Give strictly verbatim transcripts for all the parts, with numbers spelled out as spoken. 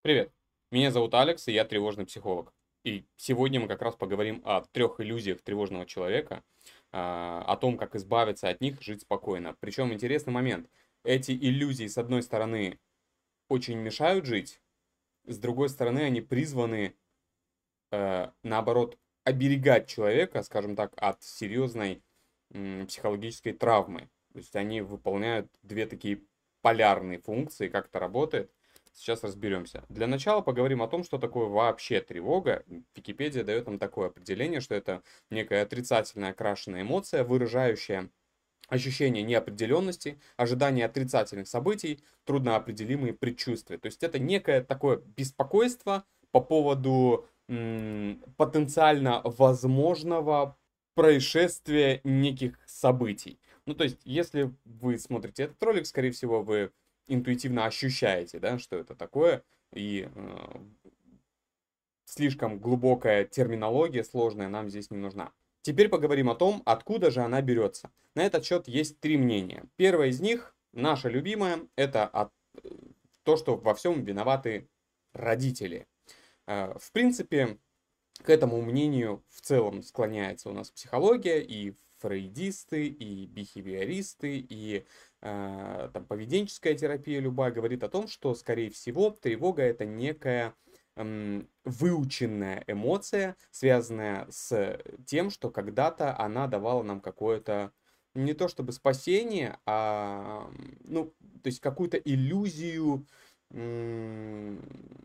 Привет, меня зовут Алекс, и я тревожный психолог. И сегодня мы как раз поговорим о трех иллюзиях тревожного человека, а, о том, как избавиться от них, жить спокойно. Причем интересный момент. Эти иллюзии, с одной стороны, очень мешают жить, с другой стороны, они призваны, э, наоборот, оберегать человека, скажем так, от серьезной м, психологической травмы. То есть они выполняют две такие полярные функции, как это работает. Сейчас разберемся. Для начала поговорим о том, что такое вообще тревога. Википедия дает нам такое определение, что это некая отрицательная окрашенная эмоция, выражающая ощущение неопределенности, ожидание отрицательных событий, трудноопределимые предчувствия. То есть это некое такое беспокойство по поводу м, потенциально возможного происшествия неких событий. Ну, то есть, если вы смотрите этот ролик, скорее всего, вы интуитивно ощущаете, да, что это такое, и э, слишком глубокая терминология, сложная, нам здесь не нужна. Теперь поговорим о том, откуда же она берется. На этот счет есть три мнения. Первое из них, наше любимое, это от, то, что во всем виноваты родители. Э, В принципе, к этому мнению в целом склоняется у нас психология, и фрейдисты, и бихевиористы, и э, там, поведенческая терапия любая говорит о том, что, скорее всего, тревога это некая эм, выученная эмоция, связанная с тем, что когда-то она давала нам какое-то не то чтобы спасение, а ну, то есть какую-то иллюзию м,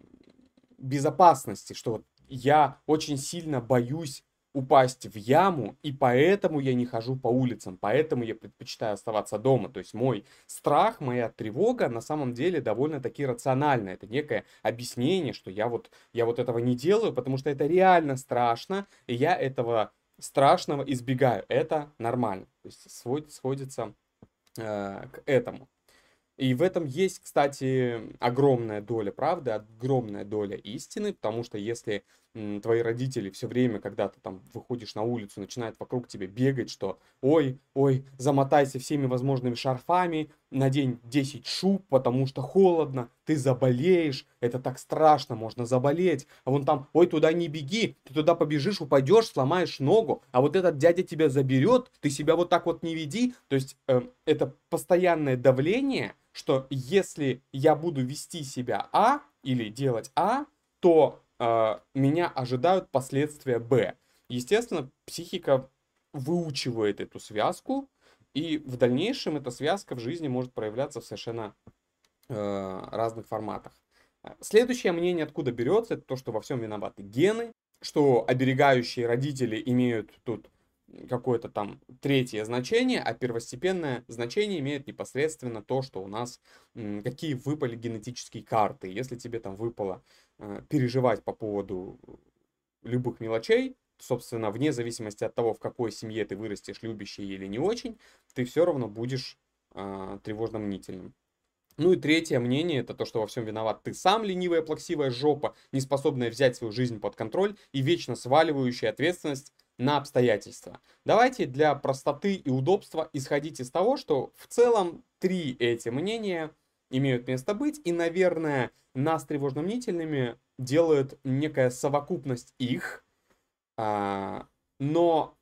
безопасности, что вот я очень сильно боюсь упасть в яму, и поэтому я не хожу по улицам, поэтому я предпочитаю оставаться дома. То есть мой страх, моя тревога на самом деле довольно-таки рациональна. Это некое объяснение, что я вот, я вот этого не делаю, потому что это реально страшно, и я этого страшного избегаю. Это нормально. То есть сводит, сходится э, к этому. И в этом есть, кстати, огромная доля правды, огромная доля истины, потому что если м, твои родители все время, когда ты там выходишь на улицу, начинают вокруг тебя бегать, что ой, ой, замотайся всеми возможными шарфами, надень десять шуб, потому что холодно, ты заболеешь, это так страшно, можно заболеть, а вон там, ой, туда не беги, ты туда побежишь, упадешь, сломаешь ногу, а вот этот дядя тебя заберет, ты себя вот так вот не веди, то есть э, это постоянное давление, что если я буду вести себя А или делать А, то э, меня ожидают последствия Б. Естественно, психика выучивает эту связку, и в дальнейшем эта связка в жизни может проявляться в совершенно э, разных форматах. Следующее мнение, откуда берется, это то, что во всем виноваты гены, что оберегающие родители имеют тут какое-то там третье значение, а первостепенное значение имеет непосредственно то, что у нас м, какие выпали генетические карты. Если тебе там выпало э, переживать по поводу любых мелочей, собственно, вне зависимости от того, в какой семье ты вырастешь, любящий или не очень, ты все равно будешь э, тревожно-мнительным. Ну и третье мнение, это то, что во всем виноват ты сам, ленивая, плаксивая жопа, не способная взять свою жизнь под контроль и вечно сваливающая ответственность на обстоятельства. Давайте для простоты и удобства исходить из того, что в целом три эти мнения имеют место быть, и, наверное, нас тревожно-мнительными делает некая совокупность их, а, но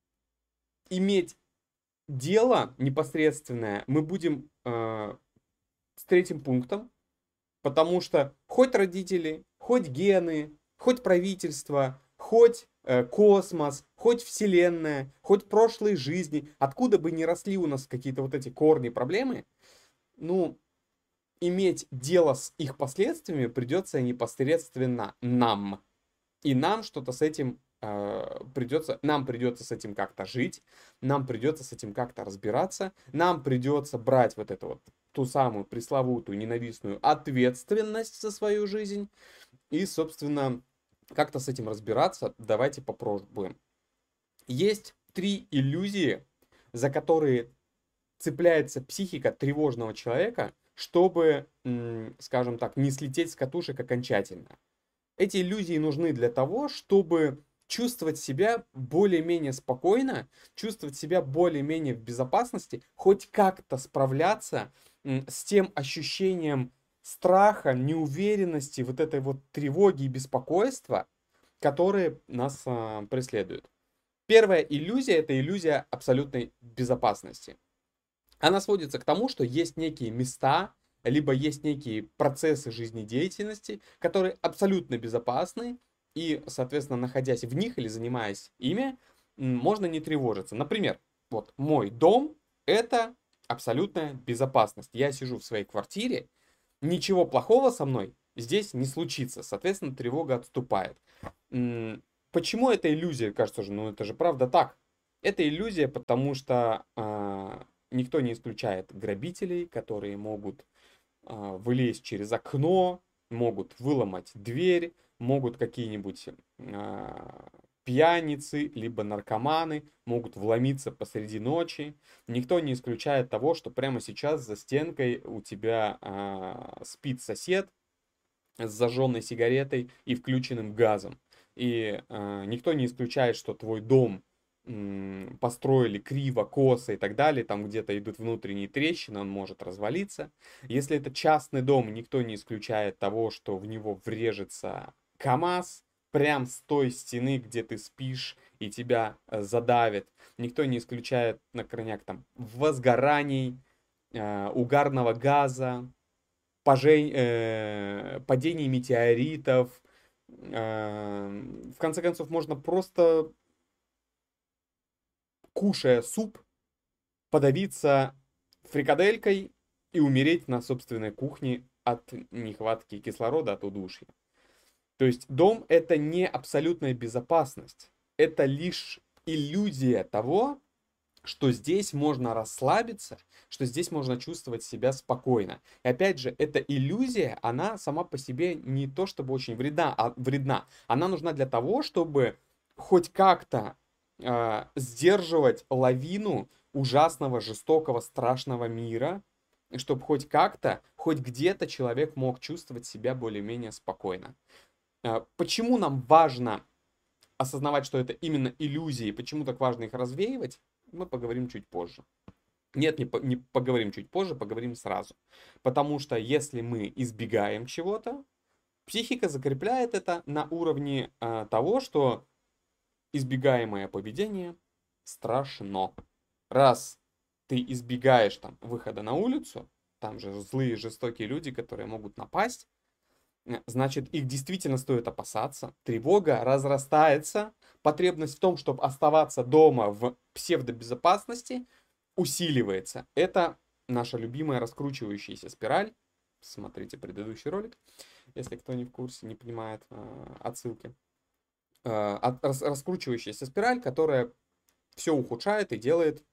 иметь дело непосредственное мы будем э, с третьим пунктом, потому что хоть родители, хоть гены, хоть правительство, хоть э, космос, хоть вселенная, хоть прошлые жизни, откуда бы ни росли у нас какие-то вот эти корни проблемы, ну, иметь дело с их последствиями придется непосредственно нам. И нам что-то с этим э, придется, нам придется с этим как-то жить, нам придется с этим как-то разбираться, нам придется брать вот эту вот ту самую пресловутую ненавистную ответственность за свою жизнь и, собственно, как-то с этим разбираться. Давайте попробуем. Есть три иллюзии, за которые цепляется психика тревожного человека, чтобы, м, скажем так, не слететь с катушек окончательно. Эти иллюзии нужны для того, чтобы чувствовать себя более-менее спокойно, чувствовать себя более-менее в безопасности, хоть как-то справляться м, с тем ощущением страха, неуверенности, вот этой вот тревоги и беспокойства, которые нас а, преследуют. Первая иллюзия — это иллюзия абсолютной безопасности. Она сводится к тому, что есть некие места, либо есть некие процессы жизнедеятельности, которые абсолютно безопасны, и, соответственно, находясь в них или занимаясь ими, можно не тревожиться. Например, вот мой дом — это абсолютная безопасность. Я сижу в своей квартире, ничего плохого со мной здесь не случится. Соответственно, тревога отступает. Почему это иллюзия? Кажется же, ну это же правда так. Это иллюзия, потому что э, никто не исключает грабителей, которые могут э, вылезть через окно, могут выломать дверь, могут какие-нибудь э, пьяницы, либо наркоманы, могут вломиться посреди ночи. Никто не исключает того, что прямо сейчас за стенкой у тебя э, спит сосед с зажженной сигаретой и включенным газом. И э, никто не исключает, что твой дом м, построили криво, косо и так далее. Там где-то идут внутренние трещины, он может развалиться. Если это частный дом, никто не исключает того, что в него врежется КамАЗ прям с той стены, где ты спишь, и тебя э, задавит. Никто не исключает на крайняк там возгораний, э, угарного газа, пожень, э, падений метеоритов. Э, в конце концов, можно просто, кушая суп, подавиться фрикаделькой и умереть на собственной кухне от нехватки кислорода, от удушья. То есть дом — это не абсолютная безопасность. Это лишь иллюзия того, что здесь можно расслабиться, что здесь можно чувствовать себя спокойно. И опять же, эта иллюзия, она сама по себе не то чтобы очень вредна, а вредна. Она нужна для того, чтобы хоть как-то э, сдерживать лавину ужасного, жестокого, страшного мира, чтобы хоть как-то, хоть где-то человек мог чувствовать себя более-менее спокойно. Э, почему нам важно осознавать, что это именно иллюзии, почему так важно их развеивать, мы поговорим чуть позже. Нет, не, по, не поговорим чуть позже, поговорим сразу. Потому что если мы избегаем чего-то, психика закрепляет это на уровне э, того, что избегаемое поведение страшно. Раз ты избегаешь там выхода на улицу, там же злые, жестокие люди, которые могут напасть, значит, их действительно стоит опасаться. Тревога разрастается. Потребность в том, чтобы оставаться дома в псевдобезопасности, усиливается. Это наша любимая раскручивающаяся спираль. Смотрите предыдущий ролик, если кто не в курсе, не понимает э, отсылки. Э, от, рас, раскручивающаяся спираль, которая все ухудшает и делает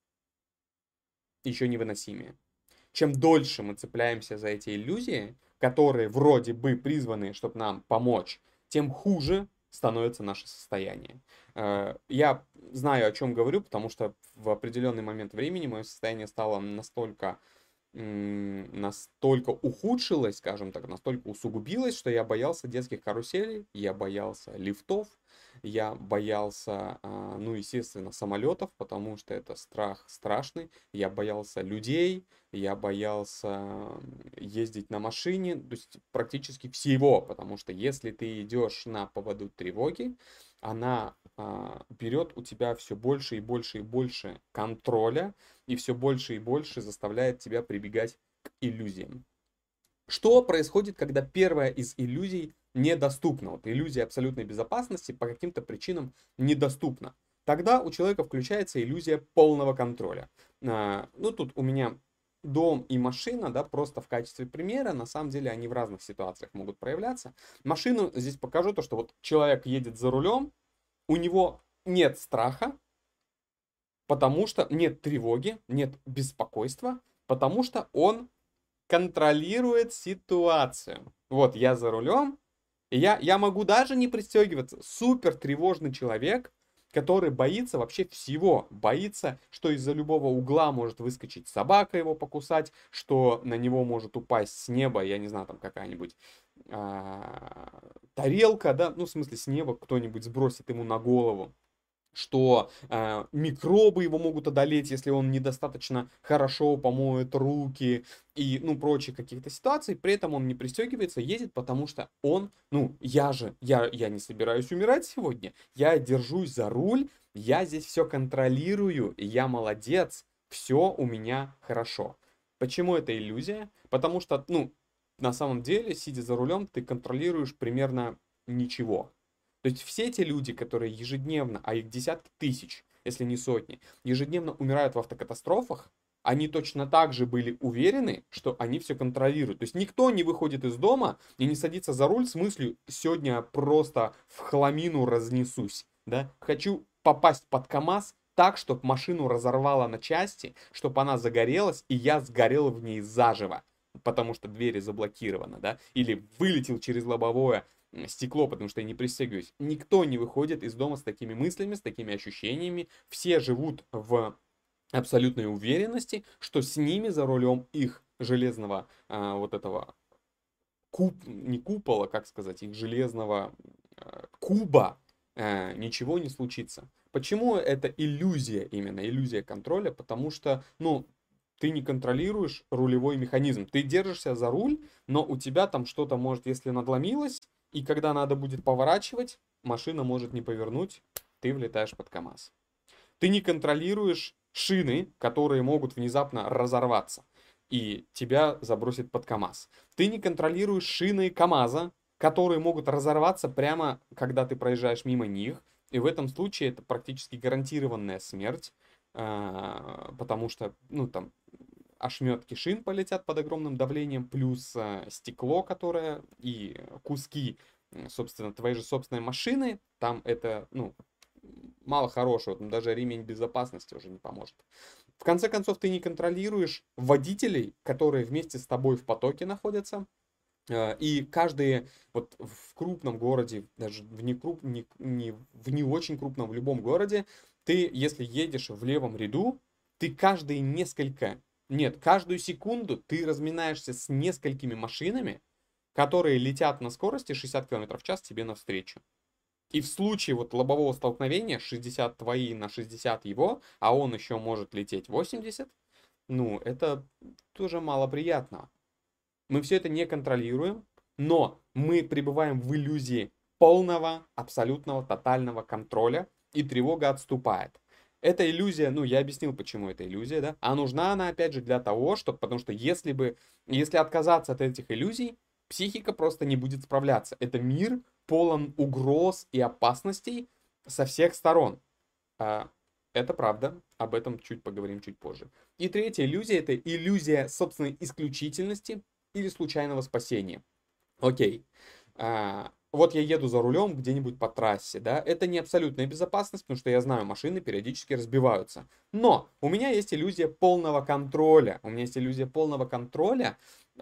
еще невыносимее. Чем дольше мы цепляемся за эти иллюзии, которые вроде бы призваны, чтобы нам помочь, тем хуже становится наше состояние. Я знаю, о чем говорю, потому что в определенный момент времени мое состояние стало настолько, настолько ухудшилось, скажем так, настолько усугубилось, что я боялся детских каруселей, я боялся лифтов, я боялся, ну, естественно, самолетов, потому что это страх страшный. Я боялся людей, я боялся ездить на машине, то есть практически всего, потому что если ты идешь на поводу тревоги, она а, берет у тебя все больше и больше и больше контроля, и все больше и больше заставляет тебя прибегать к иллюзиям. Что происходит, когда первая из иллюзий недоступна? Вот иллюзия абсолютной безопасности по каким-то причинам недоступна. Тогда у человека включается иллюзия полного контроля. А, ну, тут у меня дом и машина, да, просто в качестве примера. На самом деле они в разных ситуациях могут проявляться. Машину здесь покажу то, что вот человек едет за рулем, у него нет страха, потому что нет тревоги, нет беспокойства, потому что он контролирует ситуацию. Вот я за рулем, и я, я могу даже не пристегиваться. Супер тревожный человек, который боится вообще всего. Боится, что из-за любого угла может выскочить собака, его покусать, что на него может упасть с неба, я не знаю, там какая-нибудь а, тарелка, да, ну в смысле с неба кто-нибудь сбросит ему на голову. что э, микробы его могут одолеть, если он недостаточно хорошо помоет руки и, ну, прочих каких-то ситуаций. При этом он не пристегивается, едет, потому что он, ну, я же, я, я не собираюсь умирать сегодня, я держусь за руль, я здесь все контролирую, я молодец, все у меня хорошо. Почему это иллюзия? Потому что, ну, на самом деле, сидя за рулем, ты контролируешь примерно ничего. То есть все те люди, которые ежедневно, а их десятки тысяч, если не сотни, ежедневно умирают в автокатастрофах, они точно так же были уверены, что они все контролируют. То есть никто не выходит из дома и не садится за руль с мыслью: сегодня просто в хламину разнесусь. Да? Хочу попасть под КАМАЗ так, чтобы машину разорвало на части, чтобы она загорелась, и я сгорел в ней заживо, потому что двери заблокированы, да, или вылетел через лобовое стекло, потому что я не пристегиваюсь. Никто не выходит из дома с такими мыслями, с такими ощущениями. Все живут в абсолютной уверенности, что с ними за рулем их железного а, вот этого куб, не купола, как сказать, их железного а, куба а, ничего не случится. Почему это иллюзия именно, иллюзия контроля? Потому что, ну, ты не контролируешь рулевой механизм. Ты держишься за руль, но у тебя там что-то может, если надломилось, и когда надо будет поворачивать, машина может не повернуть, ты влетаешь под КАМАЗ. Ты не контролируешь шины, которые могут внезапно разорваться, и тебя забросит под КАМАЗ. Ты не контролируешь шины КАМАЗа, которые могут разорваться прямо, когда ты проезжаешь мимо них, и в этом случае это практически гарантированная смерть, потому что, ну, там, ошметки шин полетят под огромным давлением, плюс э, стекло, которое и куски, собственно, твоей же собственной машины, там это, ну, мало хорошего, там даже ремень безопасности уже не поможет. В конце концов, ты не контролируешь водителей, которые вместе с тобой в потоке находятся, э, и каждый вот в крупном городе, даже в не, круп, не, не, в не очень крупном, в любом городе, ты, если едешь в левом ряду, ты каждые несколько нет, каждую секунду ты разминаешься с несколькими машинами, которые летят на скорости шестьдесят километров в час тебе навстречу. И в случае вот лобового столкновения шестьдесят твои на шестьдесят его, а он еще может лететь восемьдесят, ну, это тоже малоприятно. Мы все это не контролируем, но мы пребываем в иллюзии полного, абсолютного, тотального контроля, и тревога отступает. Эта иллюзия, ну, я объяснил, почему это иллюзия, да, а нужна она, опять же, для того, чтобы, потому что если бы, если отказаться от этих иллюзий, психика просто не будет справляться. Это мир полон угроз и опасностей со всех сторон. А, это правда, об этом чуть поговорим чуть позже. И третья иллюзия — это иллюзия собственной исключительности или случайного спасения. Окей. А, вот я еду за рулем где-нибудь по трассе, да, это не абсолютная безопасность, потому что я знаю, машины периодически разбиваются. Но у меня есть иллюзия полного контроля. У меня есть иллюзия полного контроля,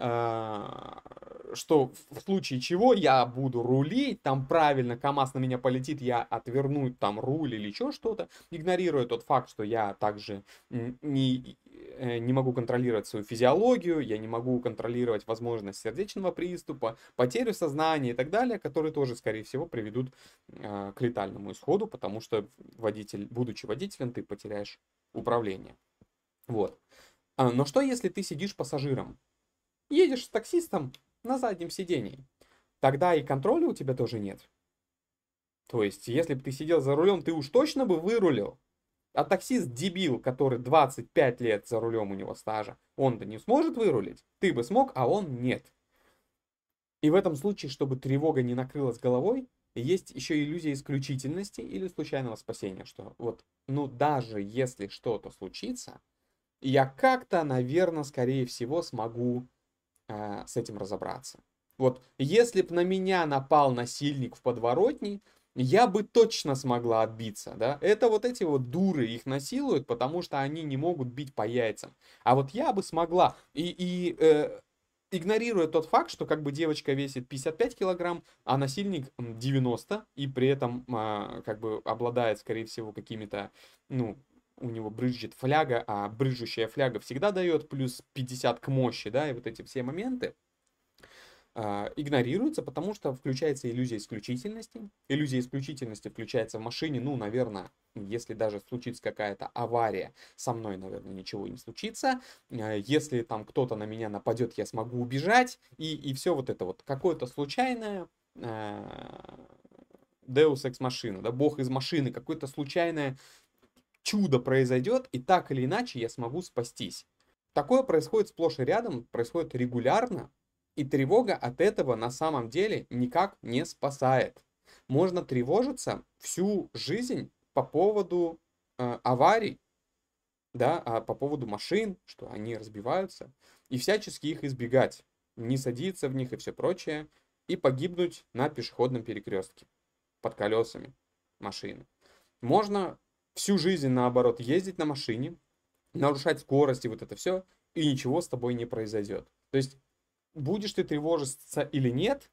а, что в случае чего я буду рулить, там правильно КАМАЗ на меня полетит, я отверну там руль или еще что-то, игнорируя тот факт, что я также не, не могу контролировать свою физиологию, я не могу контролировать возможность сердечного приступа, потерю сознания и так далее, которые тоже, скорее всего, приведут э, к летальному исходу, потому что водитель, будучи водителем, ты потеряешь управление. Вот. А, но что, если ты сидишь пассажиром? Едешь с таксистом на заднем сидении. Тогда и контроля у тебя тоже нет. То есть, если бы ты сидел за рулем, ты уж точно бы вырулил. А таксист дебил, который двадцать пять лет за рулем у него стажа, он-то не сможет вырулить. Ты бы смог, а он нет. И в этом случае, чтобы тревога не накрылась головой, есть еще иллюзия исключительности или случайного спасения. Что вот, ну даже если что-то случится, я как-то, наверное, скорее всего смогу э, с этим разобраться. Вот, если бы на меня напал насильник в подворотне, я бы точно смогла отбиться, да. Это вот эти вот дуры их насилуют, потому что они не могут бить по яйцам. А вот я бы смогла. И, и э, игнорируя тот факт, что как бы девочка весит пятьдесят пять килограмм, а насильник девяносто, и при этом э, как бы обладает, скорее всего, какими-то, ну, у него брызжет фляга, а брызжущая фляга всегда дает плюс пятьдесят к мощи, да, и вот эти все моменты. а, игнорируется, потому что включается иллюзия исключительности. Иллюзия исключительности включается в машине, ну, наверное, если даже случится какая-то авария, со мной, наверное, ничего не случится. А, Если там кто-то на меня нападет, я смогу убежать. И, и все вот это вот какое-то случайное а, Deus Ex Machina, да, бог из машины, какое-то случайное чудо произойдет, и так или иначе я смогу спастись. Такое происходит сплошь и рядом, происходит регулярно, и тревога от этого на самом деле никак не спасает. Можно тревожиться всю жизнь по поводу э, аварий, да, а по поводу машин, что они разбиваются, и всячески их избегать, не садиться в них и все прочее, и погибнуть на пешеходном перекрестке под колесами машины. Можно всю жизнь, наоборот, ездить на машине, нарушать скорость и вот это все, и ничего с тобой не произойдет. То есть, будешь ты тревожиться или нет,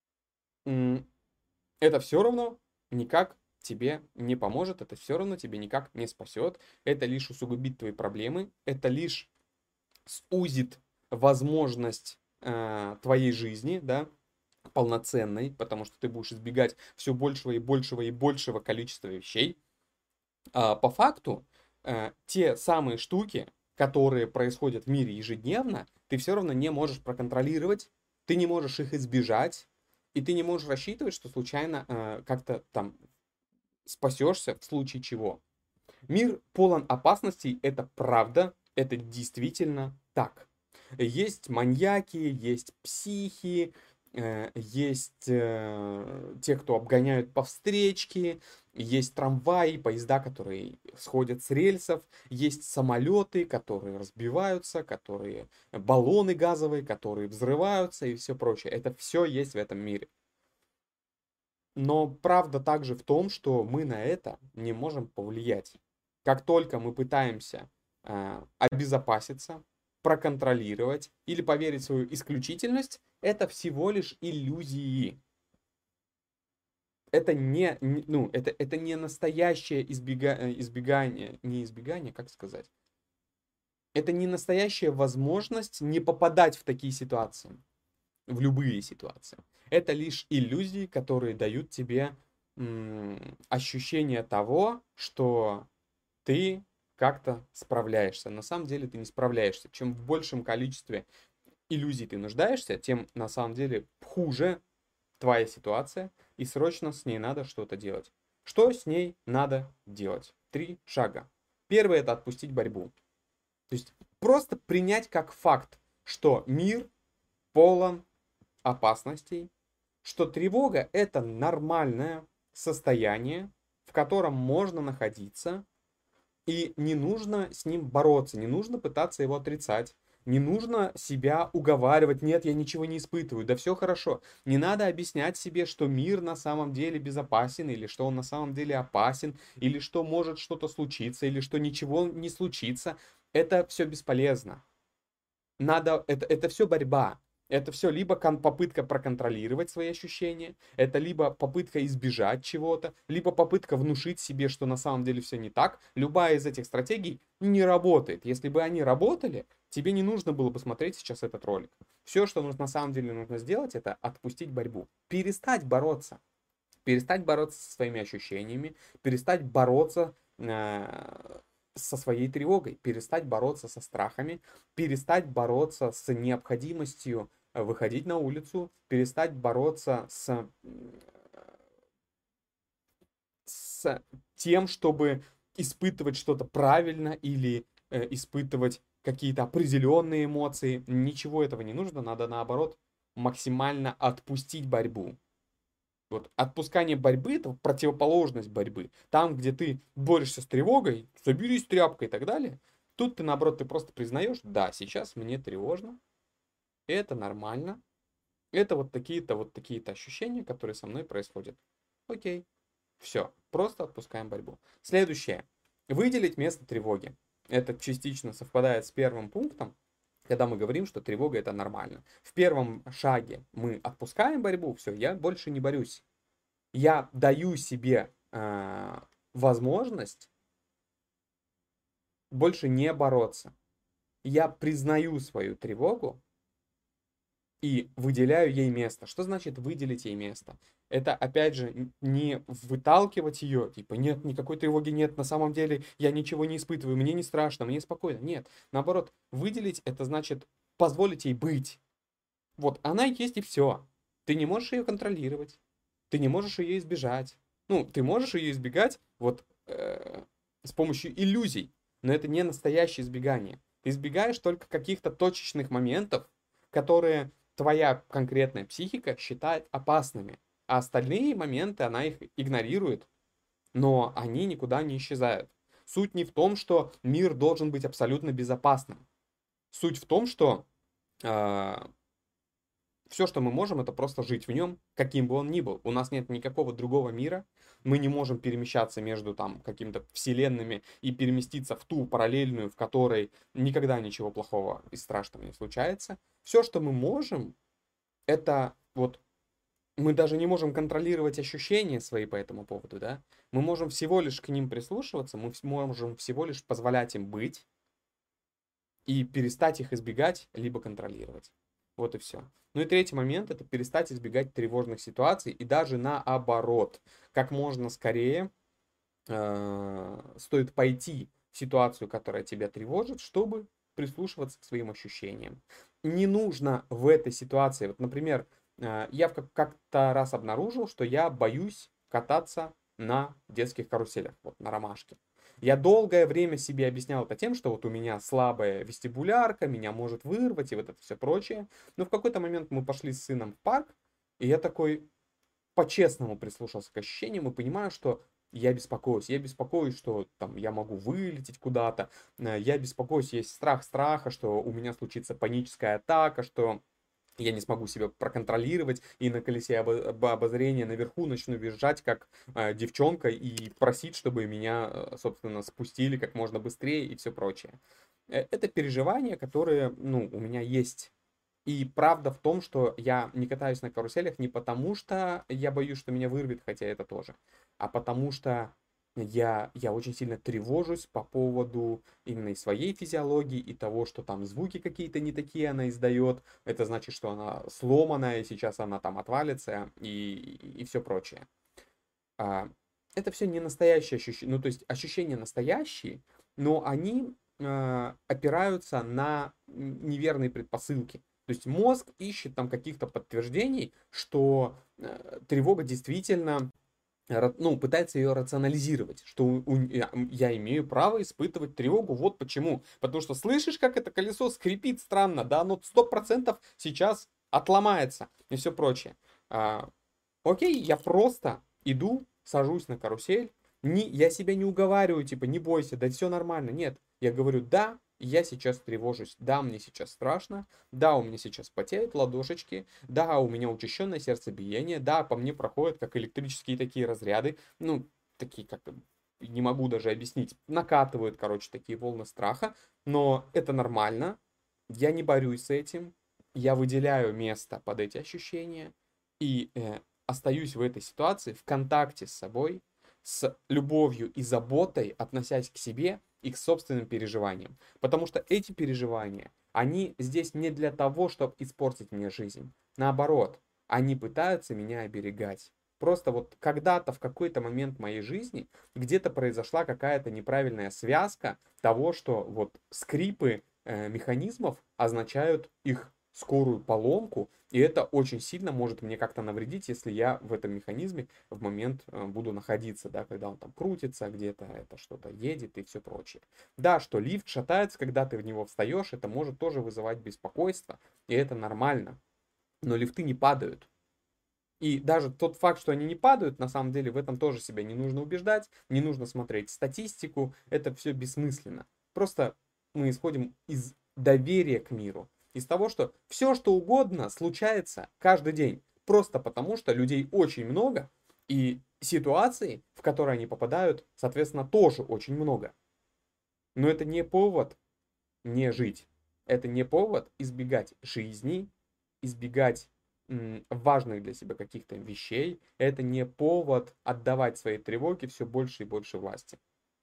это все равно никак тебе не поможет, это все равно тебе никак не спасет. Это лишь усугубит твои проблемы, это лишь сузит возможность э, твоей жизни, да, полноценной, потому что ты будешь избегать все большего и большего и большего количества вещей. А, по факту, э, те самые штуки, которые происходят в мире ежедневно, ты все равно не можешь проконтролировать, ты не можешь их избежать, и ты не можешь рассчитывать, что случайно э, как-то там спасешься в случае чего. Мир полон опасностей, это правда, это действительно так. Есть маньяки, есть психи, э, есть э, те, кто обгоняют по встречке, есть трамваи, поезда, которые сходят с рельсов, есть самолеты, которые разбиваются, которые баллоны газовые, которые взрываются и все прочее. Это все есть в этом мире. Но правда также в том, что мы на это не можем повлиять. Как только мы пытаемся э, обезопаситься, проконтролировать или поверить в свою исключительность, это всего лишь иллюзии. Это не, не- ну, это, это не настоящее избега, э, избегание, не избегание, как сказать? Это не настоящая возможность не попадать в такие ситуации, в любые ситуации. Это лишь иллюзии, которые дают тебе м, ощущение того, что ты как-то справляешься. На самом деле ты не справляешься. Чем в большем количестве иллюзий ты нуждаешься, тем на самом деле хуже твоя ситуация, и срочно с ней надо что-то делать. Что с ней надо делать? Три шага. Первый — это отпустить борьбу. То есть просто принять как факт, что мир полон опасностей, что тревога — это нормальное состояние, в котором можно находиться, и не нужно с ним бороться, не нужно пытаться его отрицать, не нужно себя уговаривать, нет, я ничего не испытываю, да все хорошо. Не надо объяснять себе, что мир на самом деле безопасен, или что он на самом деле опасен, или что может что-то случиться, или что ничего не случится. Это все бесполезно. Надо, это, это все борьба. Это все либо кон- попытка проконтролировать свои ощущения, это либо попытка избежать чего-то, либо попытка внушить себе, что на самом деле все не так. Любая из этих стратегий не работает. Если бы они работали, тебе не нужно было бы смотреть сейчас этот ролик. Все, что нужно, на самом деле нужно сделать, это отпустить борьбу. Перестать бороться. Перестать бороться со своими ощущениями, перестать бороться э, со своей тревогой, перестать бороться со страхами, перестать бороться с необходимостью э, выходить на улицу, перестать бороться с, с тем, чтобы испытывать что-то правильно или э, испытывать какие-то определенные эмоции. Ничего этого не нужно, надо наоборот максимально отпустить борьбу. Вот отпускание борьбы — это противоположность борьбы. Там, где ты борешься с тревогой, соберись тряпкой и так далее. Тут ты, наоборот, ты просто признаешь, да, сейчас мне тревожно, это нормально. Это вот такие-то вот такие-то ощущения, которые со мной происходят. Окей. Все. Просто отпускаем борьбу. Следующее. Выделить место тревоги. Это частично совпадает с первым пунктом, когда мы говорим, что тревога — это нормально. В первом шаге мы отпускаем борьбу, все, я больше не борюсь. Я даю себе э, возможность больше не бороться. Я признаю свою тревогу и выделяю ей место. Что значит выделить ей место? Это, опять же, не выталкивать ее, типа, нет, никакой тревоги нет, на самом деле я ничего не испытываю, мне не страшно, мне спокойно. Нет, наоборот, выделить это значит позволить ей быть. Вот, она есть и все. Ты не можешь ее контролировать, ты не можешь ее избежать. Ну, ты можешь ее избегать вот э, с помощью иллюзий, но это не настоящее избегание. Ты избегаешь только каких-то точечных моментов, которые твоя конкретная психика считает опасными. А остальные моменты она их игнорирует, но они никуда не исчезают. Суть не в том, что мир должен быть абсолютно безопасным. Суть в том, что э, все, что мы можем, это просто жить в нем, каким бы он ни был. У нас нет никакого другого мира. Мы не можем перемещаться между там какими-то вселенными и переместиться в ту параллельную, в которой никогда ничего плохого и страшного не случается. Все, что мы можем, это вот мы даже не можем контролировать ощущения свои по этому поводу, да? Мы можем всего лишь к ним прислушиваться, мы можем всего лишь позволять им быть и перестать их избегать, либо контролировать. Вот и все. Ну и третий момент — это перестать избегать тревожных ситуаций и даже наоборот. Как можно скорее э, стоит пойти в ситуацию, которая тебя тревожит, чтобы прислушиваться к своим ощущениям. Не нужно в этой ситуации, вот, например, э, я как-то раз обнаружил, что я боюсь кататься на детских каруселях, вот на ромашке. Я долгое время себе объяснял это тем, что вот у меня слабая вестибулярка, меня может вырвать и вот это все прочее. Но в какой-то момент мы пошли с сыном в парк, и я такой по-честному прислушался к ощущениям и понимаю, что я беспокоюсь. Я беспокоюсь, что там я могу вылететь куда-то. э, Я беспокоюсь, есть страх страха, что у меня случится паническая атака, что я не смогу себя проконтролировать и на колесе обо- обозрения наверху начну визжать как э, девчонка и просить, чтобы меня, э, собственно, спустили как можно быстрее и все прочее. Э, Это переживания, которые, ну, у меня есть. И правда в том, что я не катаюсь на каруселях не потому, что я боюсь, что меня вырвет, хотя это тоже, а потому что я, я очень сильно тревожусь по поводу именно и своей физиологии, и того, что там звуки какие-то не такие она издает. Это значит, что она сломанная, и сейчас она там отвалится, и, и все прочее. А, это все не настоящие ощущения, ну то есть ощущения настоящие, но они а, опираются на неверные предпосылки. То есть мозг ищет там каких-то подтверждений, что э, тревога действительно ра- ну, пытается ее рационализировать, что у- у- я, я имею право испытывать тревогу, вот почему. Потому что слышишь, как это колесо скрипит странно, да, оно сто процентов сейчас отломается и все прочее. А, окей, я просто иду, сажусь на карусель, не, я себя не уговариваю, типа, не бойся, да все нормально, нет. Я говорю, да, я сейчас тревожусь, да, мне сейчас страшно, да, у меня сейчас потеют ладошечки, да, у меня учащенное сердцебиение, да, по мне проходят как электрические такие разряды, ну, такие как не могу даже объяснить, накатывают, короче, такие волны страха, но это нормально, я не борюсь с этим, я выделяю место под эти ощущения и э, остаюсь в этой ситуации в контакте с собой, с любовью и заботой, относясь к себе и к собственным переживаниям. Потому что эти переживания, они здесь не для того, чтобы испортить мне жизнь. Наоборот, они пытаются меня оберегать. Просто вот когда-то, в какой-то момент моей жизни, где-то произошла какая-то неправильная связка того, что вот скрипы э, механизмов означают их скорую поломку, и это очень сильно может мне как-то навредить, если я в этом механизме в момент э, буду находиться, да, когда он там крутится, где-то это что-то едет и все прочее. Да, что лифт шатается, когда ты в него встаешь, это может тоже вызывать беспокойство, и это нормально. Но лифты не падают. И даже тот факт, что они не падают, на самом деле в этом тоже себя не нужно убеждать, не нужно смотреть статистику, это все бессмысленно. Просто мы исходим из доверия к миру, из того, что все, что угодно случается каждый день, просто потому что людей очень много, и ситуаций, в которые они попадают, соответственно, тоже очень много. Но это не повод не жить. Это не повод избегать жизни, избегать м, важных для себя каких-то вещей. Это не повод отдавать своей тревоге все больше и больше власти.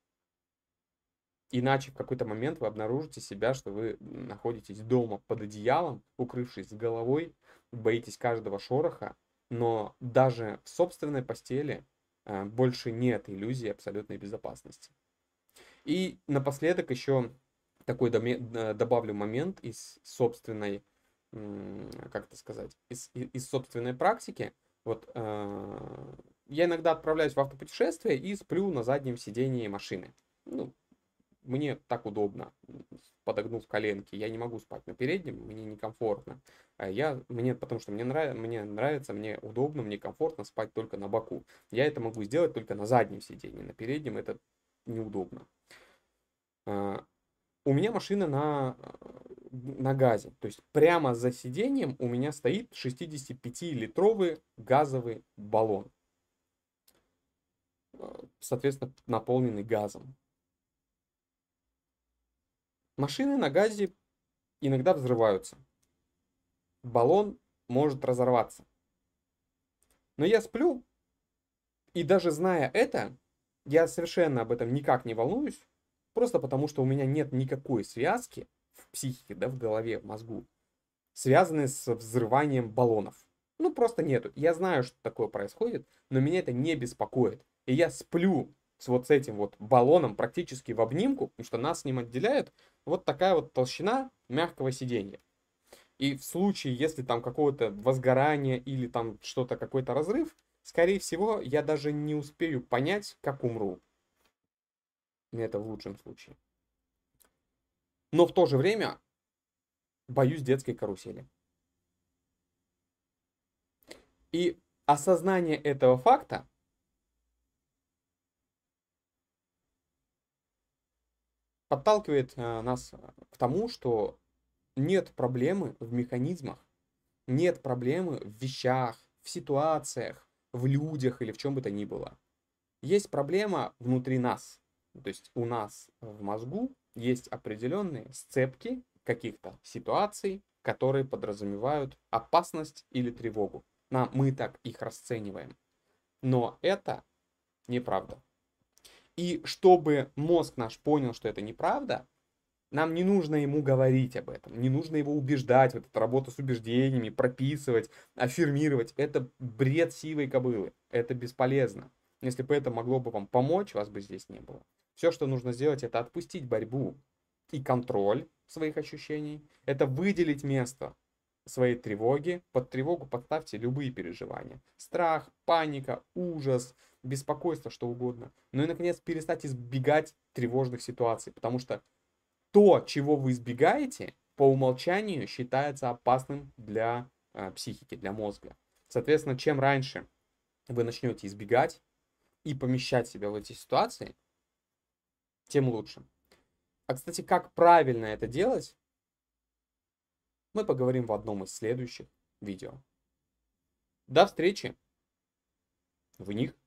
Иначе в какой-то момент вы обнаружите себя, что вы находитесь дома под одеялом, укрывшись с головой, боитесь каждого шороха, но даже в собственной постели э, больше нет иллюзии абсолютной безопасности. И напоследок еще такой доме- д- добавлю момент из собственной, м, как это сказать, из, и- из собственной практики. Вот э, я иногда отправляюсь в автопутешествие и сплю на заднем сидении машины. Ну, мне так удобно, подогнув коленки. Я не могу спать на переднем, мне некомфортно. А Я, мне, потому что мне, нрав, мне нравится, мне удобно, мне комфортно спать только на боку. Я это могу сделать только на заднем сиденье, на переднем это неудобно. А, У меня машина на, на газе, то есть прямо за сиденьем у меня стоит шестидесятипятилитровый газовый баллон, э, соответственно, наполненный газом. Машины на газе иногда взрываются. Баллон может разорваться. Но я сплю, и даже зная это, я совершенно об этом никак не волнуюсь, просто потому что у меня нет никакой связки в психике, да, в голове, в мозгу, связанной с взрыванием баллонов. Ну, просто нету. Я знаю, что такое происходит, но меня это не беспокоит. И я сплю с вот с этим вот баллоном практически в обнимку, потому что нас с ним отделяет вот такая вот толщина мягкого сиденья. И в случае, если там какого-то возгорания или там что-то, какой-то разрыв, скорее всего, я даже не успею понять, как умру. Это в лучшем случае. Но в то же время боюсь детской карусели. И осознание этого факта подталкивает э, нас к тому, что нет проблемы в механизмах, нет проблемы в вещах, в ситуациях, в людях или в чем бы то ни было. Есть проблема внутри нас. То есть у нас в мозгу есть определенные сцепки каких-то ситуаций, которые подразумевают опасность или тревогу. Нам, мы так их расцениваем. Но это неправда. И чтобы мозг наш понял, что это неправда, нам не нужно ему говорить об этом, не нужно его убеждать, вот эту работу с убеждениями, прописывать, аффирмировать. Это бред сивой кобылы, это бесполезно. Если бы это могло бы вам помочь, вас бы здесь не было. Все, что нужно сделать, это отпустить борьбу и контроль своих ощущений, это выделить место своей тревоги. Под тревогу подставьте любые переживания. Страх, паника, ужас, беспокойство, что угодно. Ну и, наконец, перестать избегать тревожных ситуаций, потому что то, чего вы избегаете, по умолчанию считается опасным для э, психики, для мозга. Соответственно, чем раньше вы начнете избегать и помещать себя в эти ситуации, тем лучше. А, кстати, как правильно это делать, мы поговорим в одном из следующих видео. До встречи в них.